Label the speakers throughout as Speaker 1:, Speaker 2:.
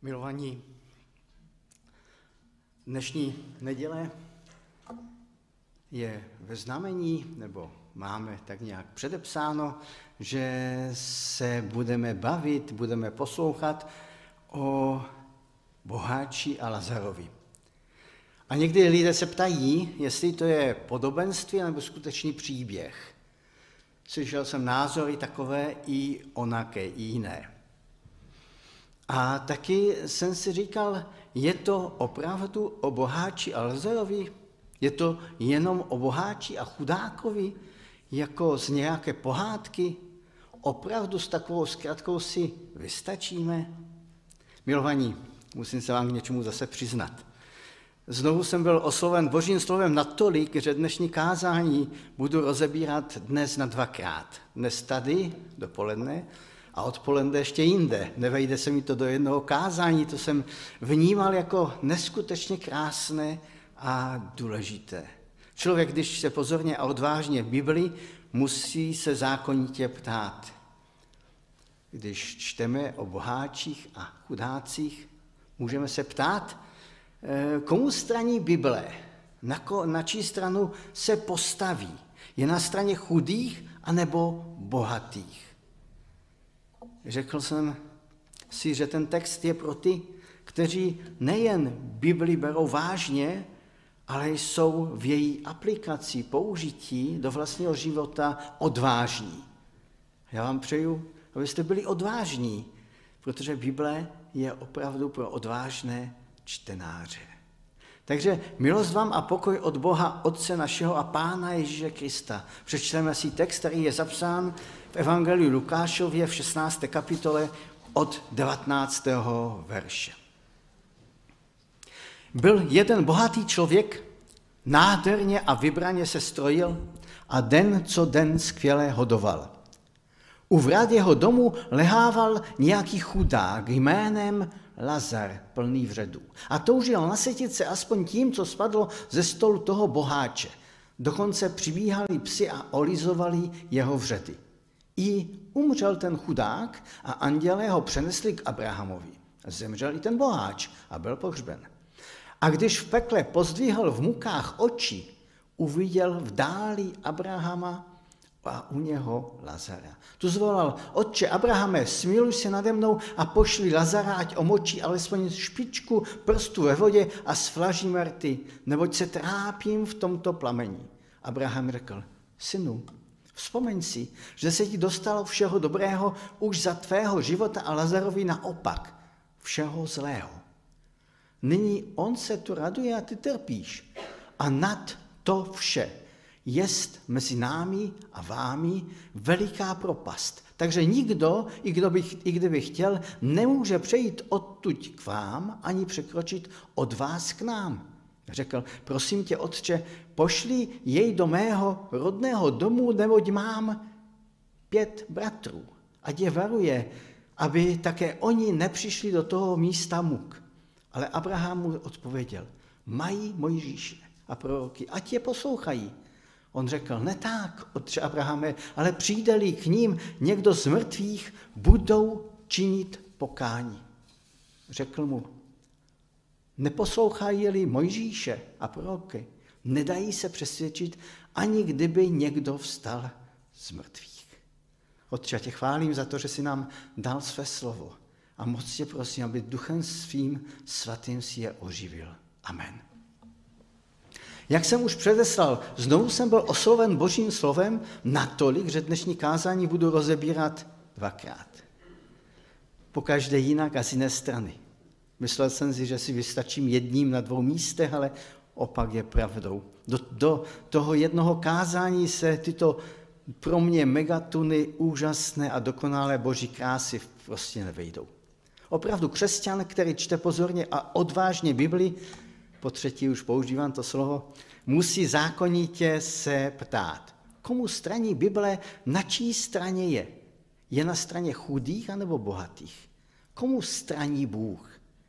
Speaker 1: Milovaní, dnešní neděle je ve znamení, nebo máme tak nějak předepsáno, že se budeme bavit, budeme poslouchat o boháči a Lazarovi. A někdy lidé se ptají, jestli to je podobenství nebo skutečný příběh. Slyšel jsem názory takové i onaké, i jiné. A taky jsem si říkal, je to opravdu o boháči a Lazarovi? Je to jenom o boháči a chudákovi, jako z nějaké pohádky? Opravdu s takovou zkratkou si vystačíme? Milovaní, musím se vám k něčemu zase přiznat. Znovu jsem byl osloven Božím slovem natolik, že dnešní kázání budu rozebírat dnes na dvakrát. Dnes tady, dopoledne, a odpoledne ještě jinde. Nevejde se mi to do jednoho kázání, to jsem vnímal jako neskutečně krásné a důležité. Člověk, když se pozorně a odvážně v Biblii, musí se zákonitě ptát. Když čteme o boháčích a chudácích, můžeme se ptát, komu straní Bible, na čí stranu se postaví. Je na straně chudých anebo bohatých? Řekl jsem si, že ten text je pro ty, kteří nejen Bibli berou vážně, ale jsou v její aplikaci, použití do vlastního života odvážní. Já vám přeju, abyste byli odvážní, protože Bible je opravdu pro odvážné čtenáře. Takže milost vám a pokoj od Boha, Otce našeho a Pána Ježíše Krista. Přečteme si text, který je zapsán v Evangeliu Lukášově v 16. kapitole od 19. verše. Byl jeden bohatý člověk, nádherně a vybraně se strojil a den co den skvěle hodoval. U vrat jeho domu lehával nějaký chudák jménem Lazar, plný vředů. A toužil nasytit se aspoň tím, co spadlo ze stolu toho boháče. Dokonce přibíhali psi a olizovali jeho vředy. I umřel ten chudák a andělé ho přenesli k Abrahamovi. Zemřel i ten boháč a byl pohřben. A když v pekle pozdvihl v mukách oči, uviděl v dáli Abrahama a u něho Lazara. Tu zvolal: Otče Abrahame, smiluj se nade mnou a pošli Lazara, ať omočí alespoň špičku prstu ve vodě a svlaží mrty, neboť se trápím v tomto plamení. Abraham řekl: Synu, vzpomeň si, že se ti dostalo všeho dobrého už za tvého života a Lazarovi naopak všeho zlého. Nyní on se tu raduje a ty trpíš. A nad to vše jest mezi námi a vámi veliká propast. Takže nikdo, i kdyby chtěl, nemůže přejít odtud k vám, ani překročit od vás k nám. Řekl: prosím tě, otče, pošli jej do mého rodného domu, neboť mám 5 bratrů. Ať je varuje, aby také oni nepřišli do toho místa muk. Ale Abraham mu odpověděl: mají Mojžíše a proroky, ať je poslouchají. On řekl: ne tak, otče Abrahame, ale přijde-li k ním někdo z mrtvých, budou činit pokání. Řekl mu: neposlouchají-li Mojžíše a proroky, nedají se přesvědčit, ani kdyby někdo vstal z mrtvých. Otče, tě chválím za to, že jsi nám dal své slovo. A moc tě prosím, aby duchem svým svatým si je oživil. Amen. Jak jsem už předeslal, znovu jsem byl osloven Božím slovem natolik, že dnešní kázání budu rozebírat dvakrát. Pokaždé jinak a z jiné strany. Myslel jsem si, že si vystačím jedním na 2 místech, ale opak je pravdou. Do toho jednoho kázání se tyto pro mě megatuny úžasné a dokonalé Boží krásy prostě nevejdou. Opravdu křesťan, který čte pozorně a odvážně Bibli, po třetí už používám to slovo, musí zákonitě se ptát, komu straní Bible, na čí straně je. Je na straně chudých anebo bohatých? Komu straní Bůh?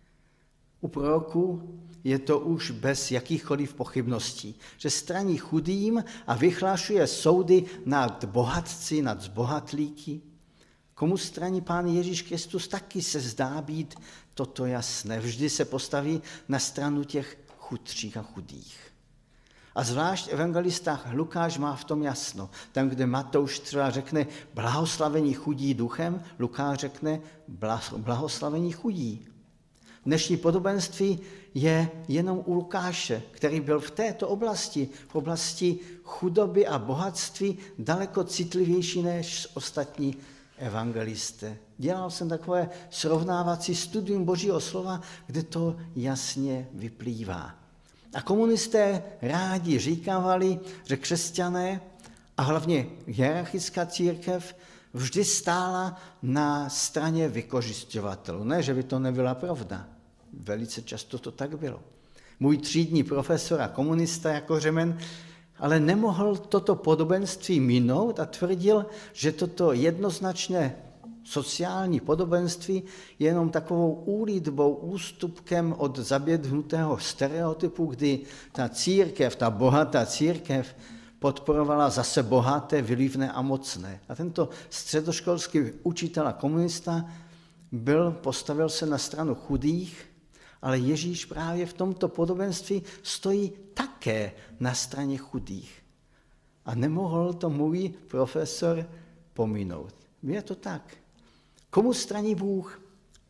Speaker 1: U proroků je to už bez jakýchkoliv pochybností, že straní chudým a vyhlašuje soudy nad bohatci, nad zbohatlíky. Komu straní Pán Ježíš Kristus, taky se zdá být toto jasné. Vždy se postaví na stranu těch chudších a chudých. A zvlášť evangelista Lukáš má v tom jasno. Tam, kde Matouš třeba řekne blahoslavení chudí duchem, Lukáš řekne blahoslavení chudí. Dnešní podobenství je jenom u Lukáše, který byl v této oblasti, v oblasti chudoby a bohatství, daleko citlivější než ostatní evangelisté. Dělal jsem takové srovnávací studium Božího slova, kde to jasně vyplývá. A komunisté rádi říkávali, že křesťané a hlavně hierarchická církev vždy stála na straně vykořisťovatelů. Ne, že by to nebyla pravda. Velice často to tak bylo. Můj třídní profesor a komunista jako Řemen ale nemohl toto podobenství minout a tvrdil, že toto jednoznačné sociální podobenství je jenom takovou úlitbou, ústupkem od zaběhnutého stereotypu, kdy ta církev, ta bohatá církev podporovala zase bohaté, vylivné a mocné. A tento středoškolský učitel a komunista postavil se na stranu chudých, ale Ježíš právě v tomto podobenství stojí také na straně chudých. A nemohl to můj profesor pominout. Je to tak. Komu straní Bůh?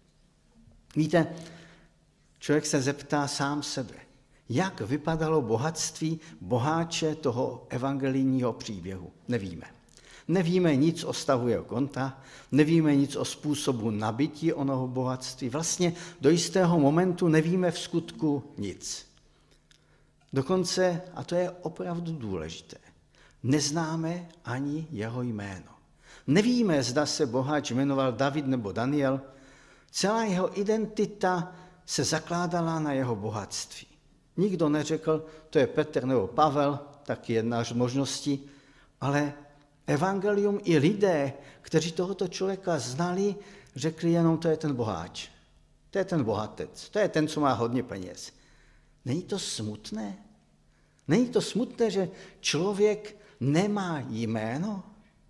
Speaker 1: Víte, člověk se zeptá sám sebe, jak vypadalo bohatství boháče toho evangelijního příběhu. Nevíme. Nevíme nic o stavu jeho konta, nevíme nic o způsobu nabytí onoho bohatství. Vlastně do jistého momentu nevíme v skutku nic. Dokonce, a to je opravdu důležité, neznáme ani jeho jméno. Nevíme, zda se boháč jmenoval David nebo Daniel. Celá jeho identita se zakládala na jeho bohatství. Nikdo neřekl, to je Petr nebo Pavel, taky jedna z možností, ale evangelium i lidé, kteří tohoto člověka znali, řekli jenom, to je ten boháč, to je ten bohatec, to je ten, co má hodně peněz. Není to smutné? Není to smutné, že člověk nemá jméno?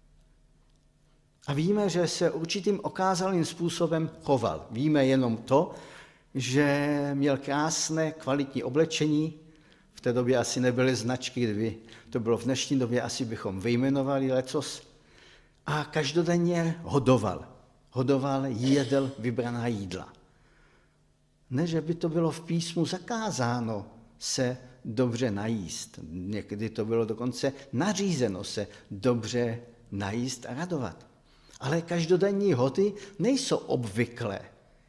Speaker 1: A víme, že se určitým okázalým způsobem choval. Víme jenom to, že měl krásné, kvalitní oblečení. V té době asi nebyly značky, kdyby to bylo v dnešní době, asi bychom vyjmenovali lecos. A každodenně hodoval. Hodoval, jedl vybraná jídla. Ne, že by to bylo v písmu zakázáno se dobře najíst. Někdy to bylo dokonce nařízeno se dobře najíst a radovat. Ale každodenní hody nejsou obvyklé.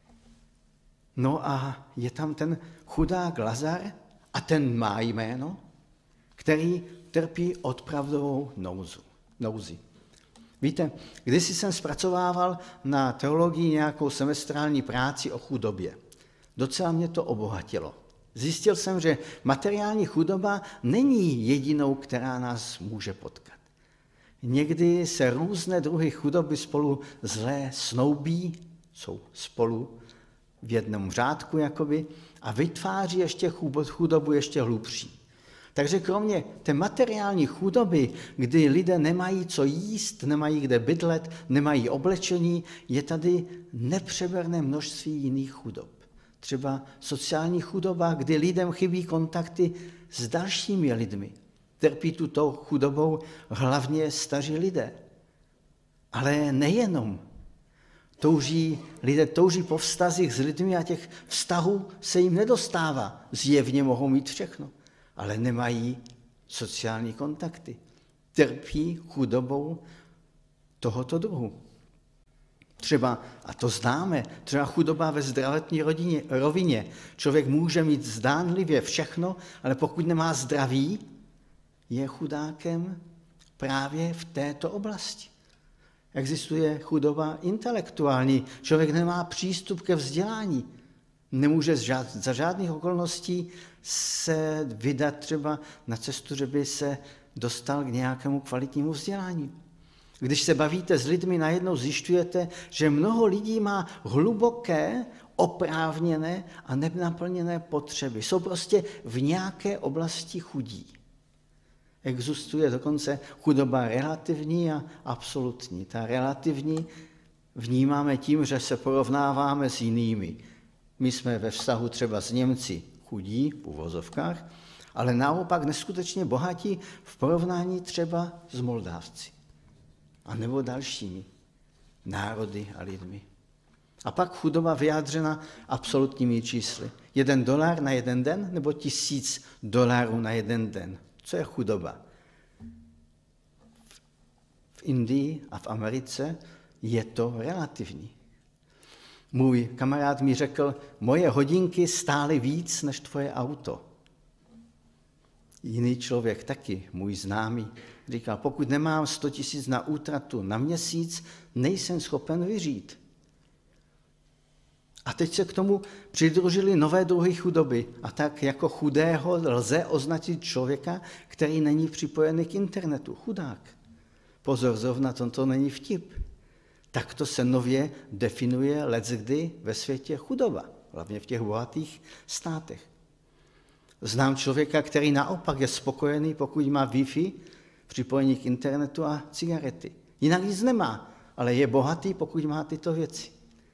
Speaker 1: No a je tam ten chudák Lazar a ten má jméno, který trpí odpravdovou nouzi. Víte, kdysi jsem zpracovával na teologii nějakou semestrální práci o chudobě. Docela mě to obohatilo. Zjistil jsem, že materiální chudoba není jedinou, která nás může potkat. Někdy se různé druhy chudoby spolu zlé snoubí, jsou spolu v jednom řádku jakoby, a vytváří ještě chudobu ještě hlubší. Takže kromě té materiální chudoby, kdy lidé nemají co jíst, nemají kde bydlet, nemají oblečení, je tady nepřeberné množství jiných chudob. Třeba sociální chudoba, kdy lidem chybí kontakty s dalšími lidmi. Trpí tuto chudobou hlavně staří lidé. Ale nejenom. Lidé touží po vztazích s lidmi a těch vztahů se jim nedostává. Zjevně mohou mít všechno, ale nemají sociální kontakty. Trpí chudobou tohoto druhu. Třeba, a to známe, třeba chudoba ve zdravotní rovině. Člověk může mít zdánlivě všechno, ale pokud nemá zdraví, je chudákem právě v této oblasti. Existuje chudoba intelektuální. Člověk nemá přístup ke vzdělání. Nemůže za žádných okolností se vydat třeba na cestu, že by se dostal k nějakému kvalitnímu vzdělání. Když se bavíte s lidmi, najednou zjišťujete, že mnoho lidí má hluboké, oprávněné a nenaplněné potřeby. Jsou prostě v nějaké oblasti chudí. Existuje dokonce chudoba relativní a absolutní. Ta relativní vnímáme tím, že se porovnáváme s jinými. My jsme ve vztahu třeba s Němci chudí, v uvozovkách, ale naopak neskutečně bohatí v porovnání třeba s Moldávci a nebo dalšími národy a lidmi. A pak chudoba vyjádřena absolutními čísly. $1 na jeden den nebo $1000 na jeden den. Co je chudoba? V Indii a v Americe je to relativní. Můj kamarád mi řekl, moje hodinky stály víc než tvoje auto. Jiný člověk taky, můj známý, říkal, pokud nemám 100 000 na útratu na měsíc, nejsem schopen vyžít. A teď se k tomu přidružily nové druhy chudoby. A tak jako chudého lze označit člověka, který není připojený k internetu. Chudák. Pozor, zrovna to není vtip. Takto se nově definuje leckdy ve světě chudoba, hlavně v těch bohatých státech. Znám člověka, který naopak je spokojený, pokud má Wi-Fi, připojení k internetu a cigarety. Jinak nic nemá, ale je bohatý, pokud má tyto věci.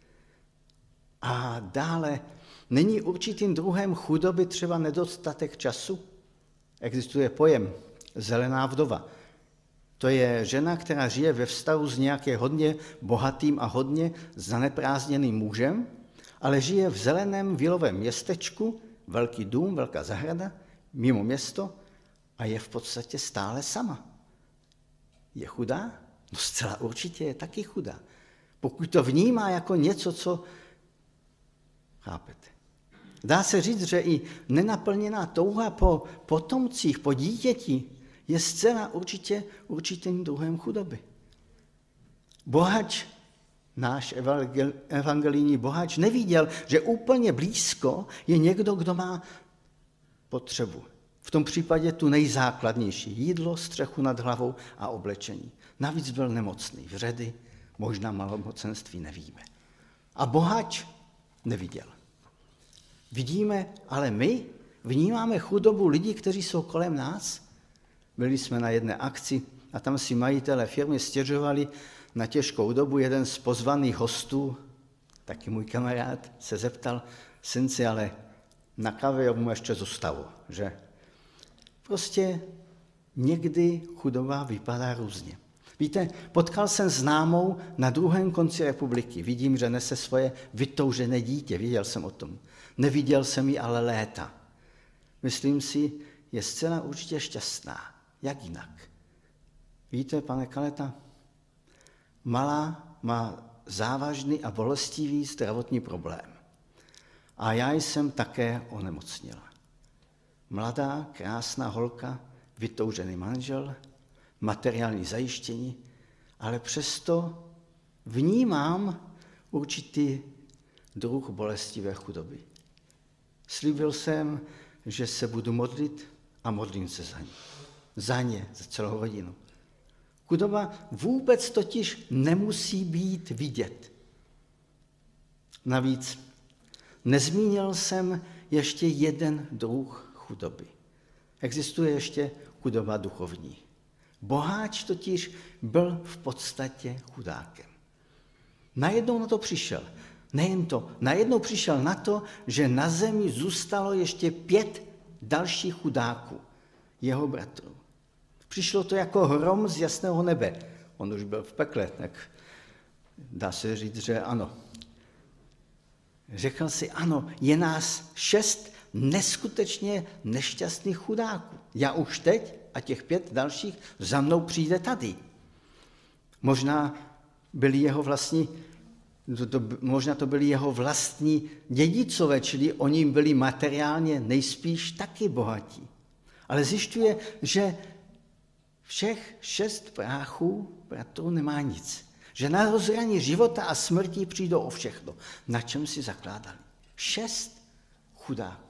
Speaker 1: A dále, není určitým druhem chudoby třeba nedostatek času? Existuje pojem zelená vdova. To je žena, která žije ve vztahu s nějakým hodně bohatým a hodně zaneprázdněným mužem, ale žije v zeleném vilovém městečku, velký dům, velká zahrada, mimo město a je v podstatě stále sama. Je chudá? No zcela určitě je taky chudá. Pokud to vnímá jako něco, co chápete. Dá se říct, že i nenaplněná touha po potomcích, po dítěti je zcela určitě určitým druhem chudoby. Bohač, náš evangelijní bohač, neviděl, že úplně blízko je někdo, kdo má potřebu. V tom případě tu nejzákladnější jídlo, střechu nad hlavou a oblečení. Navíc byl nemocný, vředy, možná malomocenství, nevíme. A bohač neviděl. Vidíme, ale my vnímáme chudobu lidí, kteří jsou kolem nás. Byli jsme na jedné akci a tam si majitelé firmy stěžovali na těžkou dobu. Jeden z pozvaných hostů, taky můj kamarád, se zeptal, synci, ale na kávě mu ještě zůstalo, že? Prostě někdy chudoba vypadá různě. Víte, potkal jsem známou na druhém konci republiky. Vidím, že nese svoje vytoužené dítě, viděl jsem o tom. Neviděl jsem ji ale léta. Myslím si, je zcela určitě šťastná. Jak jinak? Víte, pane Kaleta, malá má závažný a bolestivý zdravotní problém. A já jsem také onemocněla. Mladá, krásná holka, vytoužený manžel, materiální zajištění, ale přesto vnímám určitý druh bolestivé chudoby. Slíbil jsem, že se budu modlit a modlím se za ně. Za ně, za celou rodinu. Chudoba vůbec totiž nemusí být vidět. Navíc nezmínil jsem ještě jeden druh chudoby. Existuje ještě chudoba duchovní. Boháč totiž byl v podstatě chudákem. Najednou na to přišel. Nejen to, najednou přišel na to, že na zemi zůstalo ještě 5 dalších chudáků, jeho bratrů. Přišlo to jako hrom z jasného nebe. On už byl v pekle, tak dá se říct, že ano. Řekl si, ano, je nás 6 neskutečně nešťastných chudáků. Já už teď a těch 5 dalších za mnou přijde tady. Možná to byli jeho vlastní dědicové, čili oni byli materiálně nejspíš taky bohatí. Ale zjišťuje, že všech 6 bratrů nemá nic. Že na rozhraní života a smrti přijdou o všechno. Na čem si zakládali? 6 chudáků.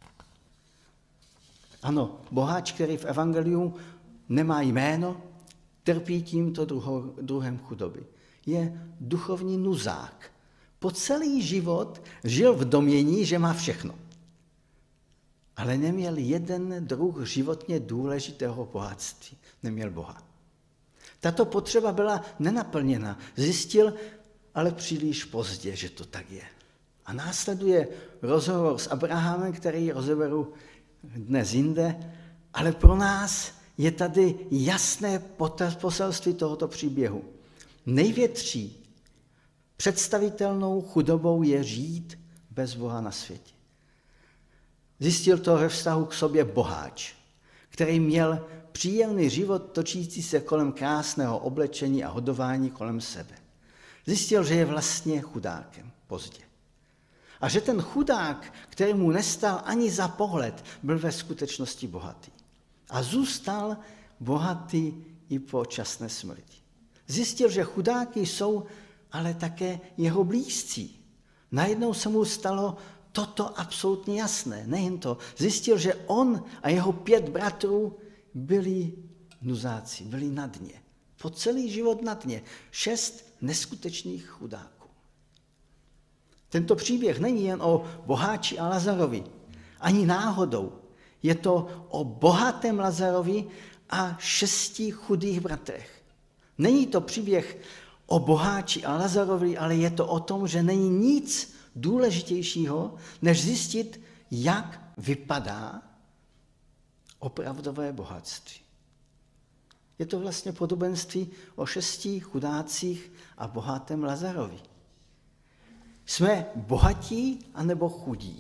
Speaker 1: Ano, boháč, který v evangeliu nemá jméno, trpí tímto druhem chudoby. Je duchovní nuzák. Po celý život žil v domnění, že má všechno. Ale neměl jeden druh životně důležitého bohatství. Neměl Boha. Tato potřeba byla nenaplněna. Zjistil, ale příliš pozdě, že to tak je. A následuje rozhovor s Abrahamem, který rozeberu dnes jinde, ale pro nás je tady jasné poselství tohoto příběhu. Největší představitelnou chudobou je žít bez Boha na světě. Zjistil to ve vztahu k sobě boháč, který měl příjemný život točící se kolem krásného oblečení a hodování kolem sebe. Zjistil, že je vlastně chudákem pozdě. A že ten chudák, kterému nestal ani za pohled, byl ve skutečnosti bohatý. A zůstal bohatý i po časné smrti. Zjistil, že chudáky jsou ale také jeho blízcí. Najednou se mu stalo toto absolutně jasné. Nejen to. Zjistil, že on a jeho 5 bratrů byli nuzáci, byli na dně. Po celý život na dně. 6 neskutečných chudáků. Tento příběh není jen o boháči a Lazarovi. Ani náhodou. Je to o bohatém Lazarovi a 6 chudých bratrech. Není to příběh o boháči a Lazarovi, ale je to o tom, že není nic důležitějšího, než zjistit, jak vypadá opravdové bohatství. Je to vlastně podobenství o 6 chudácích a bohatém Lazarovi. Jsme bohatí anebo chudí?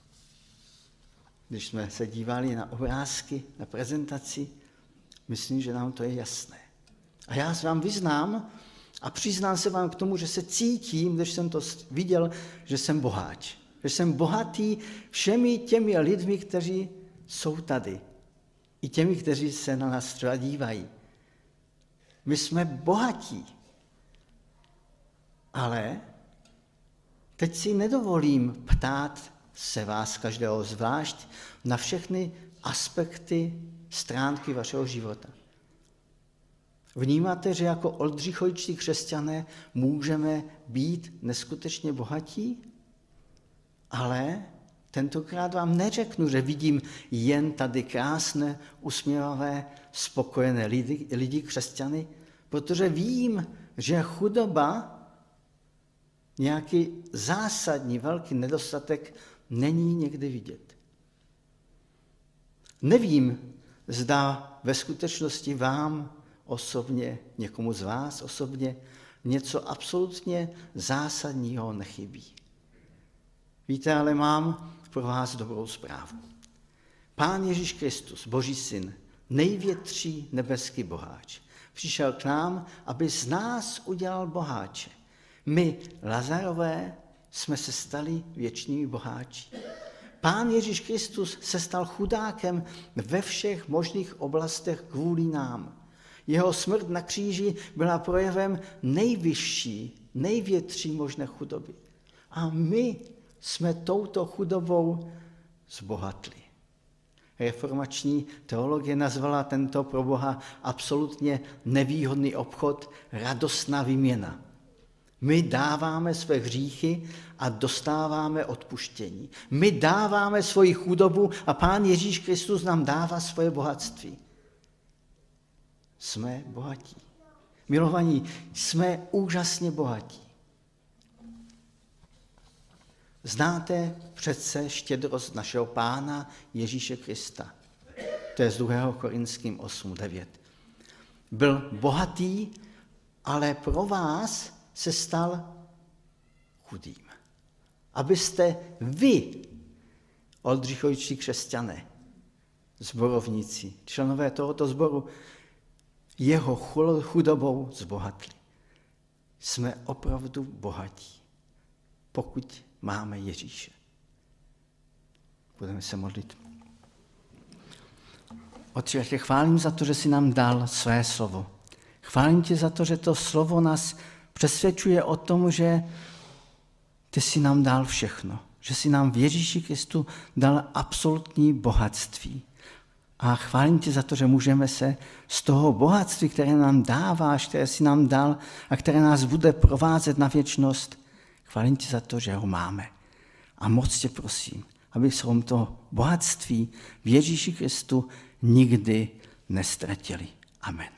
Speaker 1: Když jsme se dívali na obrázky, na prezentaci, myslím, že nám to je jasné. A já se vám vyznám a přiznám se vám k tomu, že se cítím, když jsem to viděl, že jsem boháč. Že jsem bohatý všemi těmi lidmi, kteří jsou tady. I těmi, kteří se na nás třeba dívají. My jsme bohatí. Ale teď si nedovolím ptát se vás každého zvlášť na všechny aspekty, stránky vašeho života. Vnímáte, že jako oldřichovští křesťané můžeme být neskutečně bohatí? Ale tentokrát vám neřeknu, že vidím jen tady krásné, usměvavé, spokojené lidi křesťany, protože vím, že chudoba, nějaký zásadní velký nedostatek není někdy vidět. Nevím, zda ve skutečnosti vám osobně, někomu z vás osobně, něco absolutně zásadního nechybí. Víte, ale mám pro vás dobrou zprávu. Pán Ježíš Kristus, Boží syn, největší nebeský boháč, přišel k nám, aby z nás udělal boháče. My, Lazarové, jsme se stali věčnými boháči. Pán Ježíš Kristus se stal chudákem ve všech možných oblastech kvůli nám. Jeho smrt na kříži byla projevem nejvyšší, největší možné chudoby. A my jsme touto chudobou zbohatli. Reformační teologie nazvala tento pro Boha absolutně nevýhodný obchod radostná výměna. My dáváme své hříchy a dostáváme odpuštění. My dáváme svoji chudobu a Pán Ježíš Kristus nám dává svoje bohatství. Jsme bohatí. Milovaní, jsme úžasně bohatí. Znáte přece štědrost našeho Pána Ježíše Krista. To je z 2. Korinským 8:9. Byl bohatý, ale pro vás se stal chudým. Abyste vy, oldřichovští křesťané, zborovníci, členové tohoto sboru, jeho chudobou zbohatli. Jsme opravdu bohatí, pokud máme Ježíše. Budeme se modlit. Otče, já tě chválím za to, že jsi nám dal své slovo. Chválím tě za to, že to slovo nás přesvědčuje o tom, že ty jsi nám dal všechno. Že jsi nám v Ježíši Kristu dal absolutní bohatství. A chválím tě za to, že můžeme se z toho bohatství, které nám dáváš, které jsi nám dal a které nás bude provázet na věčnost, chválím tě za to, že ho máme. A moc tě prosím, abychom to bohatství v Ježíši Kristu nikdy nestratili. Amen.